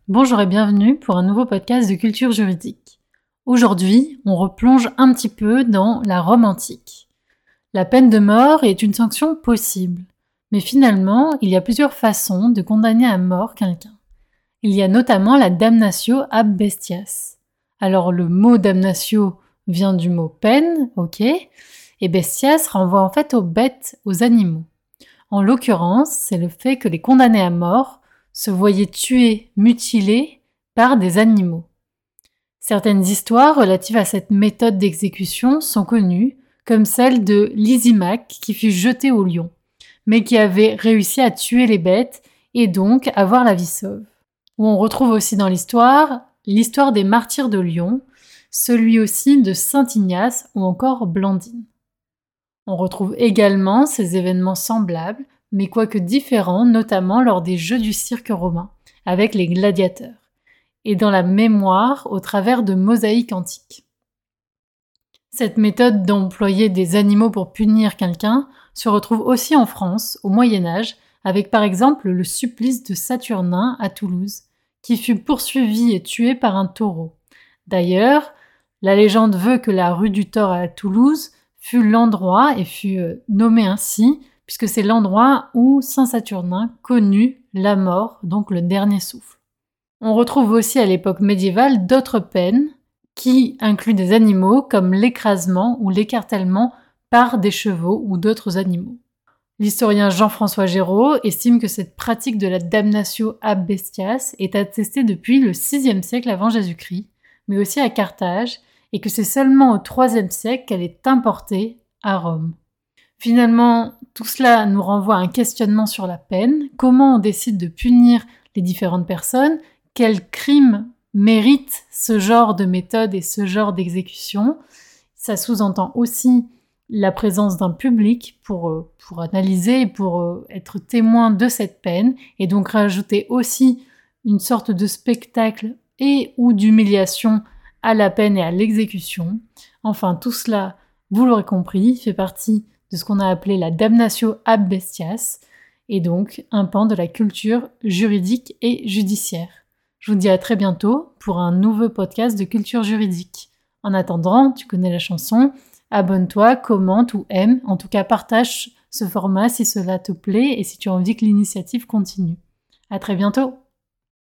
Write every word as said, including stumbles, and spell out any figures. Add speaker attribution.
Speaker 1: Bonjour et bienvenue pour un nouveau podcast de culture juridique. Aujourd'hui, on replonge un petit peu dans la Rome antique. La peine de mort est une sanction possible, mais finalement, il y a plusieurs façons de condamner à mort quelqu'un. Il y a notamment la damnatio ab bestias. Alors le mot damnatio vient du mot peine, ok, et bestias renvoie en fait aux bêtes, aux animaux. En l'occurrence, c'est le fait que les condamnés à mort se voyaient tués, mutilés par des animaux. Certaines histoires relatives à cette méthode d'exécution sont connues, comme celle de Lysimaque qui fut jeté au lion, mais qui avait réussi à tuer les bêtes et donc avoir la vie sauve. Où on retrouve aussi dans l'histoire l'histoire des martyrs de Lyon, celui aussi de Saint Ignace ou encore Blandine. On retrouve également ces événements semblables, mais quoique différents, notamment lors des Jeux du cirque romain, avec les gladiateurs, et dans la mémoire au travers de mosaïques antiques. Cette méthode d'employer des animaux pour punir quelqu'un se retrouve aussi en France, au Moyen-Âge, avec par exemple le supplice de Saturnin à Toulouse, qui fut poursuivi et tué par un taureau. D'ailleurs, la légende veut que la rue du Thor à Toulouse fut l'endroit et fut nommé ainsi, puisque c'est l'endroit où Saint Saturnin connut la mort, donc le dernier souffle. On retrouve aussi à l'époque médiévale d'autres peines qui incluent des animaux comme l'écrasement ou l'écartèlement par des chevaux ou d'autres animaux. L'historien Jean-François Géraud estime que cette pratique de la damnatio ab bestias est attestée depuis le sixième siècle avant Jésus-Christ, mais aussi à Carthage, et que c'est seulement au troisième siècle qu'elle est importée à Rome. Finalement, tout cela nous renvoie à un questionnement sur la peine, comment on décide de punir les différentes personnes, quels crimes méritent ce genre de méthode et ce genre d'exécution. Ça sous-entend aussi la présence d'un public pour, pour analyser et pour être témoin de cette peine, et donc rajouter aussi une sorte de spectacle et ou d'humiliation à la peine et à l'exécution. Enfin, tout cela, vous l'aurez compris, fait partie de ce qu'on a appelé la damnatio ab bestias, et donc un pan de la culture juridique et judiciaire. Je vous dis à très bientôt pour un nouveau podcast de culture juridique. En attendant, tu connais la chanson, abonne-toi, commente ou aime, en tout cas partage ce format si cela te plaît et si tu as envie que l'initiative continue. À très bientôt!